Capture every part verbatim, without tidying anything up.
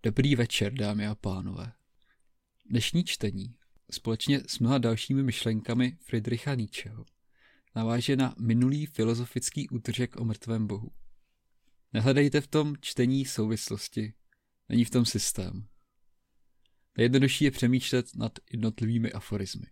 Dobrý večer, dámy a pánové. Dnešní čtení společně s mnoha dalšími myšlenkami Friedricha Nietzscheho naváže na minulý filozofický útržek o mrtvém bohu. Nehledejte v tom čtení souvislosti, není v tom systém. Nejjednodušší je přemýšlet nad jednotlivými aforizmy.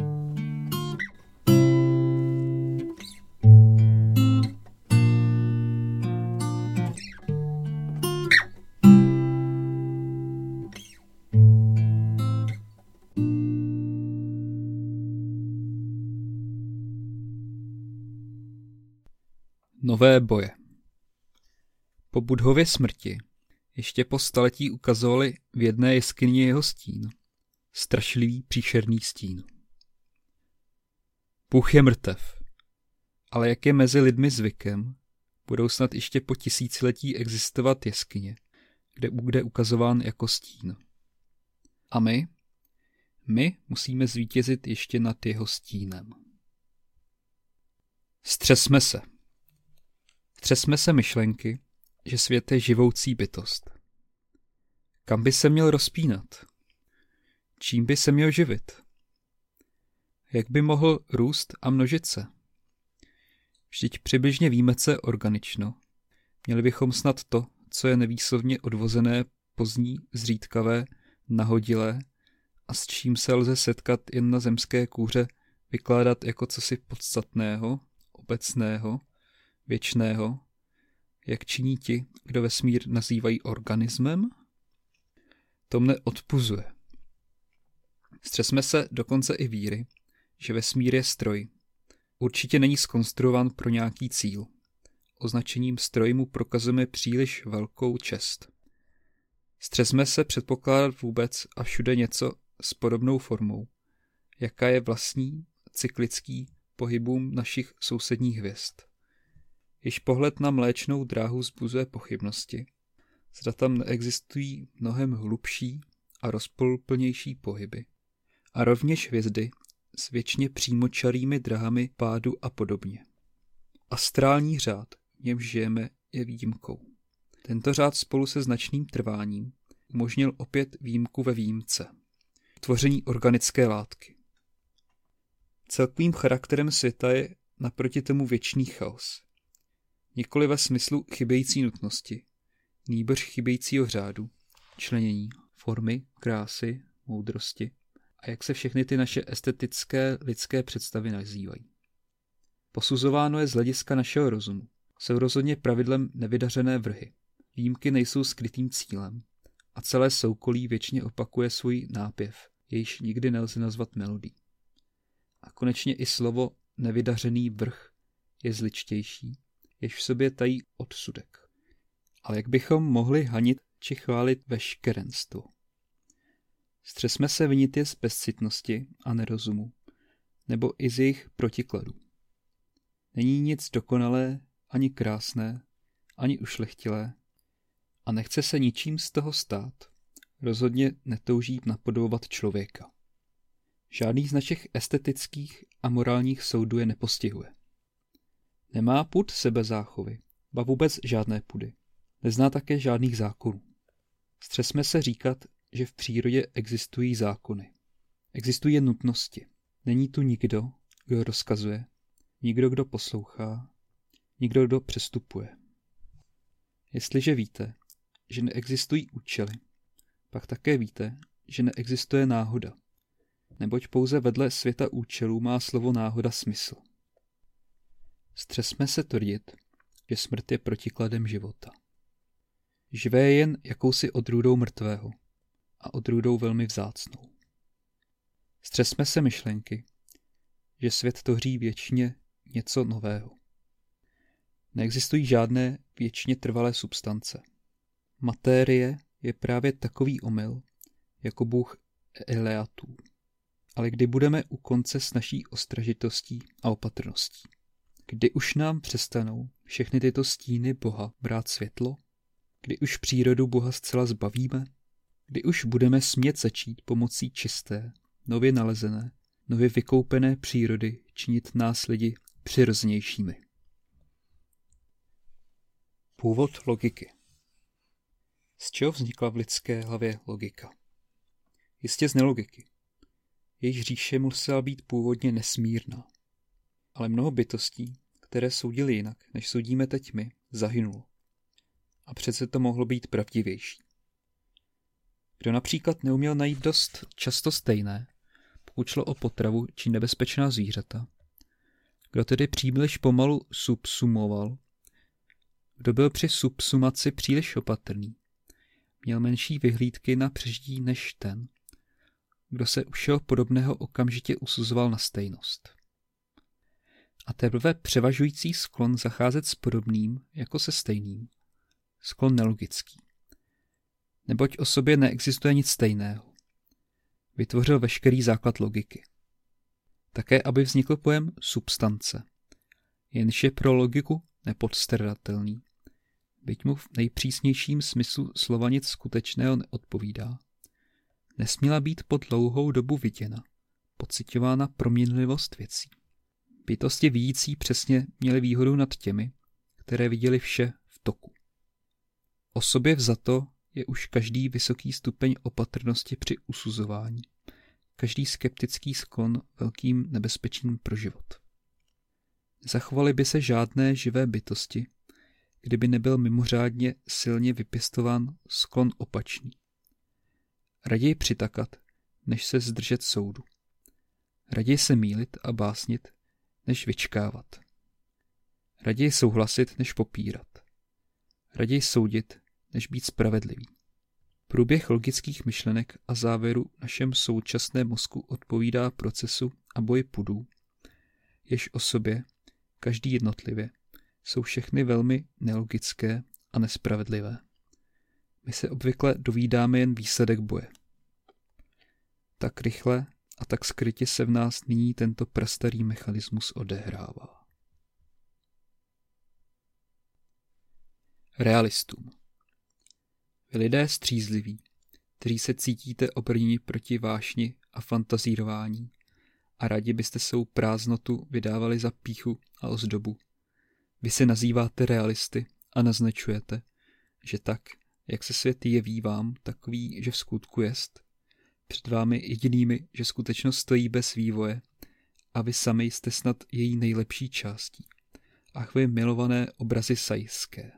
Nové boje. Po Buddhově smrti ještě po staletí ukazovali v jedné jeskyni jeho stín. Strašlivý příšerný stín. Bůh je mrtev, ale jak je mezi lidmi zvykem, budou snad ještě po tisíciletí existovat jeskyně, kde bude ukazován jako stín. A my? My musíme zvítězit ještě nad jeho stínem. Střesme se. Střesme se myšlenky, že svět je živoucí bytost. Kam by se měl rozpínat? Čím by se měl živit? Jak by mohl růst a množit se? Vždyť přibližně víme, co je organično. Měli bychom snad to, co je nevýslovně odvozené, pozdní, zřídkavé, nahodilé a s čím se lze setkat jen na zemské kůře, vykládat jako cosi podstatného, obecného, věčného, jak činí ti, kdo vesmír nazývají organismem? To mne odpuzuje. Střesme se dokonce i víry, že vesmír je stroj. Určitě není zkonstruován pro nějaký cíl. Označením stroj mu prokazujeme příliš velkou čest. Střesme se předpokládat vůbec a všude něco s podobnou formou, jaká je vlastní, cyklický pohybům našich sousedních hvězd. Již pohled na Mléčnou dráhu vzbuzuje pochybnosti, zda tam neexistují mnohem hlubší a rozpolplnější pohyby. A rovněž hvězdy s věčně přímočarými drahami pádu a podobně. Astrální řád, v němž žijeme, je výjimkou. Tento řád spolu se značným trváním umožnil opět výjimku ve výjimce. Tvoření organické látky. Celkovým charakterem světa je naproti tomu věčný chaos. Nikoli ve smyslu chybějící nutnosti, nýbrž chybějícího řádu, členění, formy, krásy, moudrosti a jak se všechny ty naše estetické lidské představy nazývají. Posuzováno je z hlediska našeho rozumu. Jsou rozhodně pravidlem nevydařené vrhy. Výjimky nejsou skrytým cílem a celé soukolí věčně opakuje svůj nápěv, jejž nikdy nelze nazvat melodí. A konečně i slovo nevydařený vrch je zličtější, jež v sobě tají odsudek. Ale jak bychom mohli hanit či chválit veškerenstvo? Střesme se vinit je z bezcitnosti a nerozumu, nebo i z jejich protikladů. Není nic dokonalé, ani krásné, ani ušlechtilé a nechce se ničím z toho stát. Rozhodně netouží napodobovat člověka. Žádný z našich estetických a morálních soudů je nepostihuje. Nemá pud sebezáchovy, ba vůbec žádné pudy. Nezná také žádných zákonů. Střesme se říkat, že v přírodě existují zákony. Existují jen nutnosti. Není tu nikdo, kdo rozkazuje, nikdo, kdo poslouchá, nikdo, kdo přestupuje. Jestliže víte, že neexistují účely, pak také víte, že neexistuje náhoda, neboť pouze vedle světa účelů má slovo náhoda smysl. Střesme se tvrdit, že smrt je protikladem života. Živé je jen jakousi odrůdou mrtvého a odrůdou velmi vzácnou. Střesme se myšlenky, že svět tvoří věčně něco nového. Neexistují žádné věčně trvalé substance. Matérie je právě takový omyl, jako bůh Eleatů. Ale kdy budeme u konce s naší ostražitostí a opatrností? Kdy už nám přestanou všechny tyto stíny Boha brát světlo? Kdy už přírodu Boha zcela zbavíme? Kdy už budeme smět začít pomocí čisté, nově nalezené, nově vykoupené přírody činit nás lidi přirozenějšími? Původ logiky. Z čeho vznikla v lidské hlavě logika? Jistě z nelogiky. Jejich říše musela být původně nesmírná. Ale mnoho bytostí, které soudily jinak, než soudíme teď my, zahynulo. A přece to mohlo být pravdivější. Kdo například neuměl najít dost často stejné, pokud šlo o potravu či nebezpečná zvířata, kdo tedy příliš pomalu subsumoval, kdo byl při subsumaci příliš opatrný, měl menší vyhlídky na přežití než ten, kdo se u všeho podobného okamžitě usuzoval na stejnost. A teprve převažující sklon zacházet s podobným jako se stejným, sklon nelogický. Neboť o sobě neexistuje nic stejného. Vytvořil veškerý základ logiky. Také, aby vznikl pojem substance, jenž je pro logiku nepodstradatelný, byť mu v nejpřísnějším smyslu slova nic skutečného neodpovídá, nesměla být po dlouhou dobu viděna, pocitována proměnlivost věcí. Bytosti vidící přesně měly výhodu nad těmi, které viděli vše v toku. O sobě vzato je už každý vysoký stupeň opatrnosti při usuzování, každý skeptický sklon velkým nebezpečím pro život. Nezachovaly by se žádné živé bytosti, kdyby nebyl mimořádně silně vypěstován sklon opačný. Raději přitakat, než se zdržet soudu. Raději se mýlit a básnit, než vyčkávat. Raději souhlasit, než popírat. Raději soudit, než být spravedlivý. Průběh logických myšlenek a závěru našem současném mozku odpovídá procesu a boji pudů, jež o sobě, každý jednotlivě, jsou všechny velmi nelogické a nespravedlivé. My se obvykle dovídáme jen výsledek boje. Tak rychle a tak skrytě se v nás nyní tento prastarý mechanismus odehrává. Realistům. Vy lidé střízliví, kteří se cítíte obrněni proti vášni a fantazírování a rádi byste svou prázdnotu vydávali za pýchu a ozdobu. Vy se nazýváte realisty a naznačujete, že tak, jak se svět jeví vám, takový, že v skutku jest, před vámi jedinými, že skutečnost stojí bez vývoje a vy sami jste snad její nejlepší částí. Ach vy milované obrazy sajské.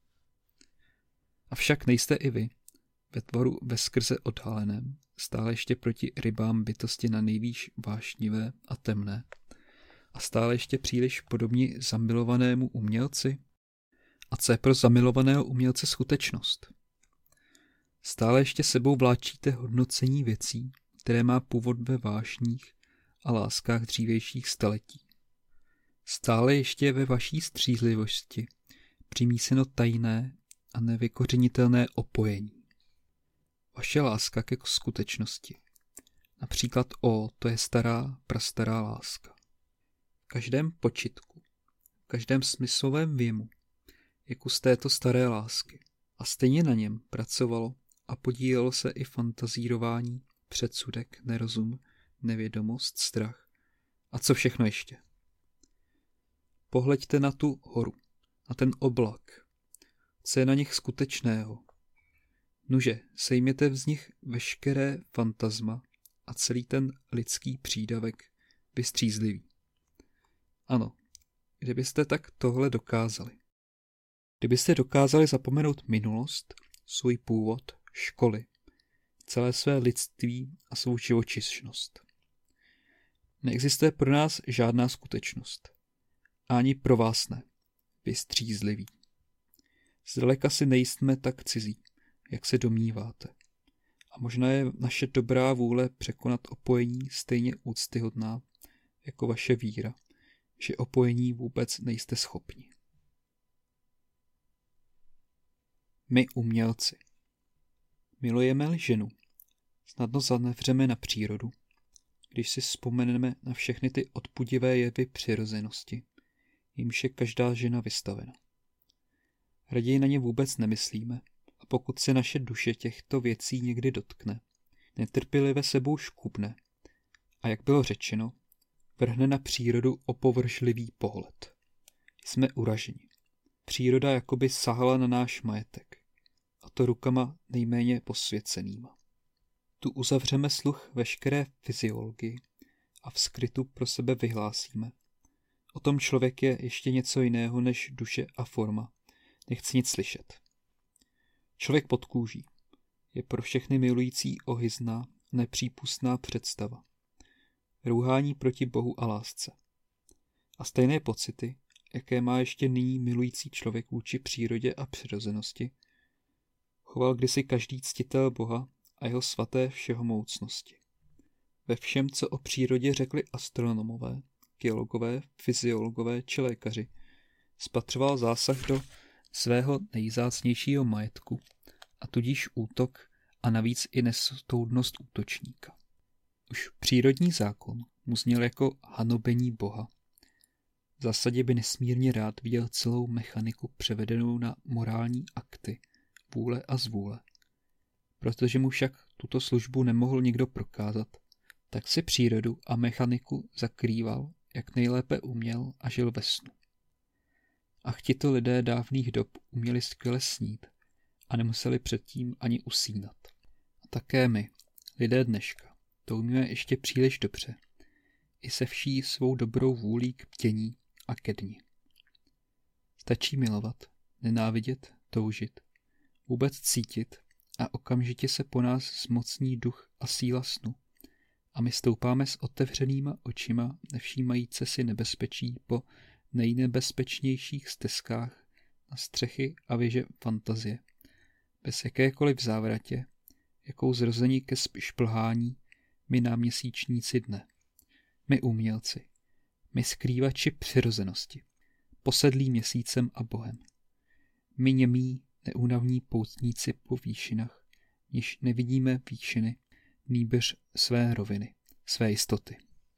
Avšak nejste i vy, ve tvaru veskrze odhaleném, stále ještě proti rybám bytosti na nejvýš vášnivé a temné, a stále ještě příliš podobní zamilovanému umělci? A co je pro zamilovaného umělce skutečnost? Stále ještě sebou vláčíte hodnocení věcí, které má původ ve vášních a láskách dřívějších staletí. Stále ještě ve vaší střízlivosti přimíseno tajné a nevykořenitelné opojení. Vaše láska ke skutečnosti. Například o, to je stará, prastará láska. V každém počitku, v každém smyslovém věmu je kus této staré lásky. A stejně na něm pracovalo a podílelo se i fantazírování, předsudek, nerozum, nevědomost, strach. A co všechno ještě? Pohleďte na tu horu, na ten oblak. Co je na nich skutečného? Nuže, sejměte z nich veškeré fantazma a celý ten lidský přídavek vystřízlivý. Ano, kdybyste tak tohle dokázali. Kdybyste dokázali zapomenout minulost, svůj původ, školy, celé své lidství a svou živočišnost. Neexistuje pro nás žádná skutečnost. A ani pro vás ne. Vy střízliví. Zdaleka si nejsme tak cizí, jak se domníváte. A možná je naše dobrá vůle překonat opojení stejně úctyhodná jako vaše víra, že opojení vůbec nejste schopni. My umělci. Milujeme-li ženu, snadno zanevřeme na přírodu, když si vzpomeneme na všechny ty odpudivé jevy přirozenosti, jimž je každá žena vystavena. Raději na ně vůbec nemyslíme, a pokud se naše duše těchto věcí někdy dotkne, netrpělivě sebou škubne a, jak bylo řečeno, vrhne na přírodu opovržlivý pohled. Jsme uraženi. Příroda jakoby sahala na náš majetek. A to rukama nejméně posvěcenýma. Tu uzavřeme sluch veškeré fyziologii a v skrytu pro sebe vyhlásíme. O tom člověk je ještě něco jiného než duše a forma. Nechci nic slyšet. Člověk pod kůží je pro všechny milující ohyzná, nepřípustná představa. Rouhání proti Bohu a lásce. A stejné pocity, jaké má ještě nyní milující člověk vůči přírodě a přirozenosti, choval kdysi každý ctitel Boha a jeho svaté všehomoucnosti. Ve všem, co o přírodě řekli astronomové, geologové, fyziologové či lékaři, spatřoval zásah do svého nejvzácnějšího majetku a tudíž útok a navíc i nestoudnost útočníka. Už přírodní zákon mu zněl jako hanobení Boha. V zásadě by nesmírně rád viděl celou mechaniku převedenou na morální akty, vůle a zvůle. Protože mu však tuto službu nemohl nikdo prokázat, tak si přírodu a mechaniku zakrýval, jak nejlépe uměl a žil ve snu. Ach, tito lidé dávných dob uměli skvěle snít a nemuseli předtím ani usínat. A také my, lidé dneška, to umíme ještě příliš dobře, i se vší svou dobrou vůlí k bdění a ke dni. Stačí milovat, nenávidět, toužit, vůbec cítit a okamžitě se po nás zmocní duch a síla snu a my stoupáme s otevřenýma očima, nevšímajíce si nebezpečí po nejnebezpečnějších stezkách na střechy a věže fantazie, bez jakékoliv závratě, jakou zrození ke šplhání my náměsíčníci dne, my umělci, my skrývači přirozenosti, posedlí měsícem a Bohem, my němí, neúnavní poutníci po výšinách, niž nevidíme výšiny, nýbrž své roviny, své jistoty.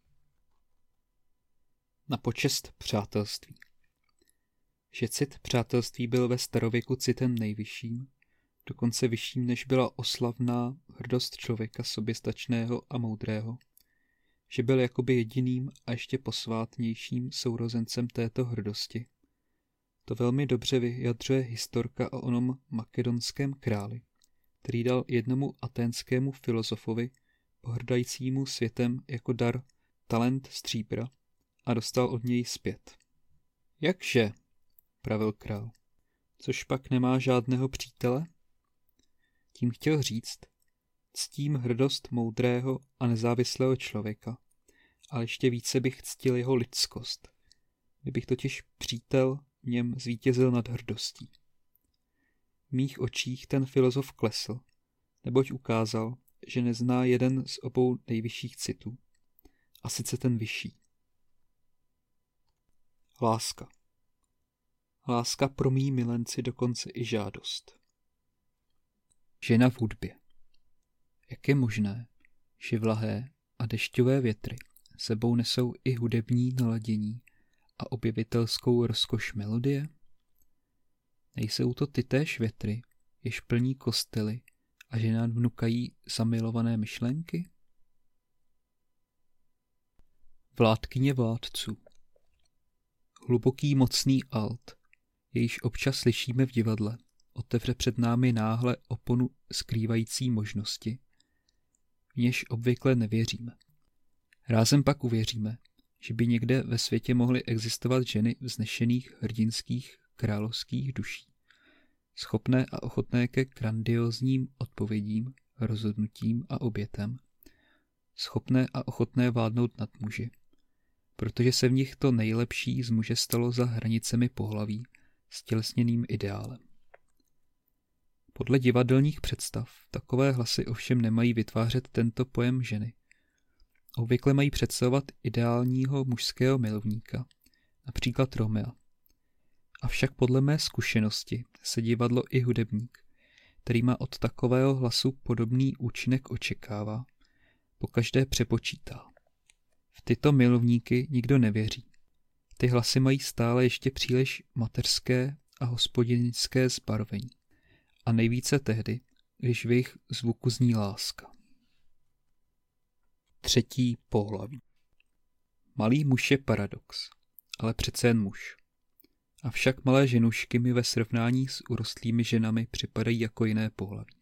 Na počest přátelství. Že cit přátelství byl ve starověku citem nejvyšším, dokonce vyšším, než byla oslavná hrdost člověka soběstačného a moudrého, že byl jakoby jediným a ještě posvátnějším sourozencem této hrdosti. To velmi dobře vyjadřuje historka o onom makedonském králi, který dal jednomu aténskému filozofovi, pohrdajícímu světem jako dar talent stříbra a dostal od něj zpět. Jakže, pravil král, což pak nemá žádného přítele? Tím chtěl říct, ctím hrdost moudrého a nezávislého člověka, ale ještě více bych ctil jeho lidskost, kdybych totiž přítel v něm zvítězil nad hrdostí. V mých očích ten filozof klesl, neboť ukázal, že nezná jeden z obou nejvyšších citů, a sice ten vyšší. Láska. Láska promíjí milenci dokonce i žádost. Žena v hudbě. Jak je možné, že vlahé a dešťové větry sebou nesou i hudební naladění a objevitelskou rozkoš melodie? Nejsou to tytéž větry, jež plní kostely a že nám vnukají zamilované myšlenky? Vládkyně vládců. Hluboký mocný alt, jejíž občas slyšíme v divadle, otevře před námi náhle oponu skrývající možnosti, v něž obvykle nevěříme. Rázem pak uvěříme, že by někde ve světě mohly existovat ženy vznešených hrdinských královských duší, schopné a ochotné ke grandiózním odpovědím, rozhodnutím a obětem, schopné a ochotné vládnout nad muži, protože se v nich to nejlepší z muže stalo za hranicemi pohlaví stělesněným ideálem. Podle divadelních představ takové hlasy ovšem nemají vytvářet tento pojem ženy. Obvykle mají představovat ideálního mužského milovníka, například Romea. Avšak podle mé zkušenosti se divadlo i hudebník, který má od takového hlasu podobný účinek očekává, pokaždé přepočítá. V tyto milovníky nikdo nevěří. Ty hlasy mají stále ještě příliš mateřské a hospodinické zbarvení. A nejvíce tehdy, když v jejich zvuku zní láska. Třetí pohlaví. Malý muž je paradox, ale přece jen muž. Avšak malé ženušky mi ve srovnání s urostlými ženami připadají jako jiné pohlaví.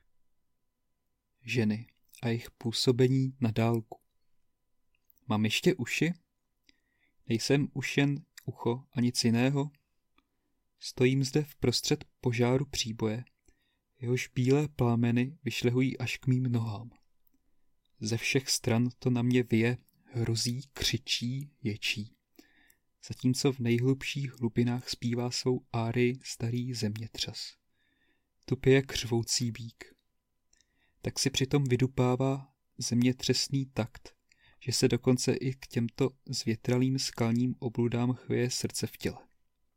Ženy a jejich působení na dálku. Mám ještě uši? Nejsem už jen ucho a nic jiného? Stojím zde vprostřed požáru příboje, jehož bílé plámeny vyšlehují až k mým nohám. Ze všech stran to na mě vyje, hrozí, křičí, ječí. Zatímco v nejhlubších hlubinách zpívá svou árii starý zemětřes. Tupě jak řvoucí býk. Tak si přitom vydupává zemětřesný takt, že se dokonce i k těmto zvětralým skalním obludám chvěje srdce v těle.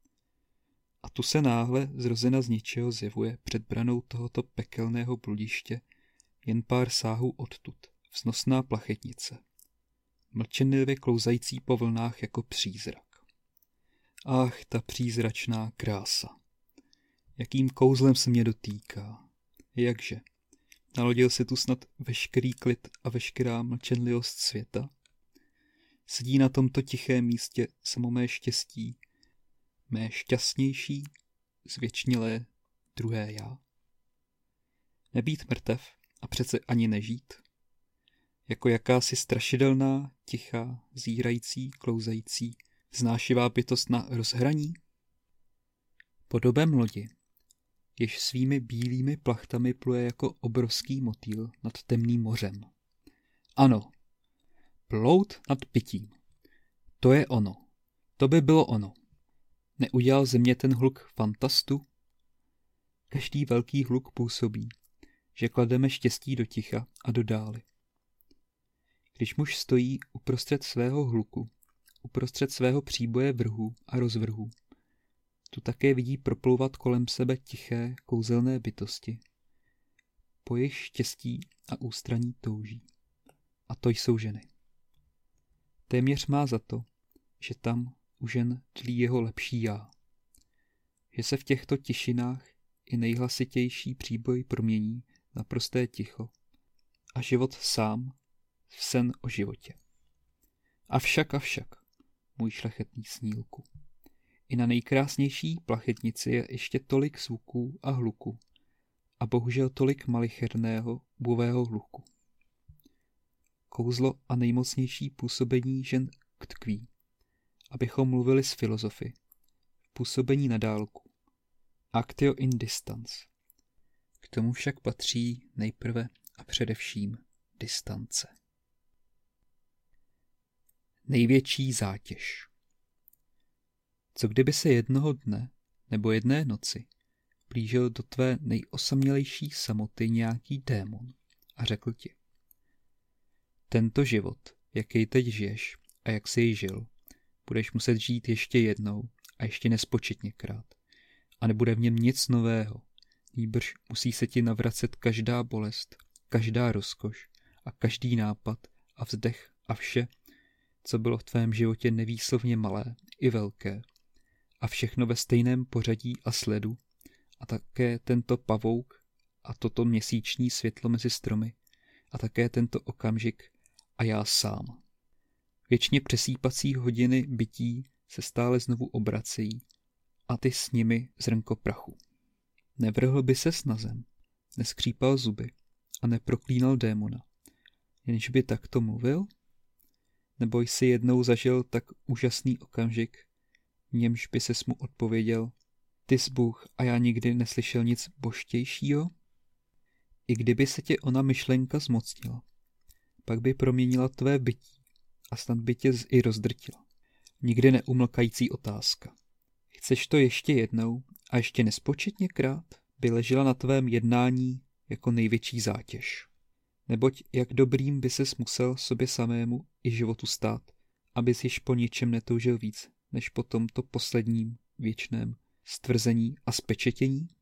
A tu se náhle zrozena z ničeho zjevuje před branou tohoto pekelného bludiště jen pár sáhů odtud, vznosná plachetnice, mlčenlivě klouzající po vlnách jako přízrak. Ach, ta přízračná krása. Jakým kouzlem se mě dotýká. Jakže? Nalodil se tu snad veškerý klid a veškerá mlčenlivost světa? Sedí na tomto tichém místě samo mé štěstí, mé šťastnější, zvěčnilé druhé já? Nebýt mrtev a přece ani nežít? Jako jakási strašidelná, tichá, zírající, klouzající, vznášivá bytost na rozhraní? Podobem lodi, jež svými bílými plachtami pluje jako obrovský motýl nad temným mořem. Ano, plout nad pitím. To je ono. To by bylo ono. Neudělal ze mě ten hluk fantastu? Každý velký hluk působí, že klademe štěstí do ticha a do dály. Když muž stojí uprostřed svého hluku, uprostřed svého příboje vrhů a rozvrhů, tu také vidí proplouvat kolem sebe tiché, kouzelné bytosti. Po jejich štěstí a ústraní touží. A to jsou ženy. Téměř má za to, že tam u žen tlí jeho lepší já. Že se v těchto tišinách i nejhlasitější příboj promění na prosté ticho a život sám v sen o životě. Avšak, avšak, můj šlechetný snílku, i na nejkrásnější plachetnici je ještě tolik zvuků a hluku a bohužel tolik malicherného, buvého hluku. Kouzlo a nejmocnější působení žen tkví, abychom mluvili s filozofy, v působení na dálku, actio in distans. K tomu však patří nejprve a především distance. Největší zátěž. Co kdyby se jednoho dne nebo jedné noci blížil do tvé nejosamělejší samoty nějaký démon a řekl ti: tento život, jaký teď žiješ a jak jsi jej žil, budeš muset žít ještě jednou a ještě nespočetněkrát. A nebude v něm nic nového, nýbrž musí se ti navracet každá bolest, každá rozkoš a každý nápad a vzdech a vše, co bylo v tvém životě nevýslovně malé i velké, a všechno ve stejném pořadí a sledu, a také tento pavouk a toto měsíční světlo mezi stromy, a také tento okamžik a já sám. Věčně přesýpací hodiny bytí se stále znovu obracejí a ty s nimi zrnko prachu. Nevrhl by ses na zem, neskřípal zuby a neproklínal démona, jenž by takto mluvil? Nebo jsi jednou zažil tak úžasný okamžik, v němž by ses mu odpověděl: ty jsi Bůh a já nikdy neslyšel nic božtějšího? I kdyby se tě ona myšlenka zmocnila, pak by proměnila tvé bytí a snad by tě i rozdrtila. Nikdy neumlkající otázka. Chceš to ještě jednou a ještě nespočetněkrát? By ležela na tvém jednání jako největší zátěž. Neboť jak dobrým by ses musel sobě samému i životu stát, abys již po ničem netoužil víc, než po tomto posledním věčném stvrzení a spečetění?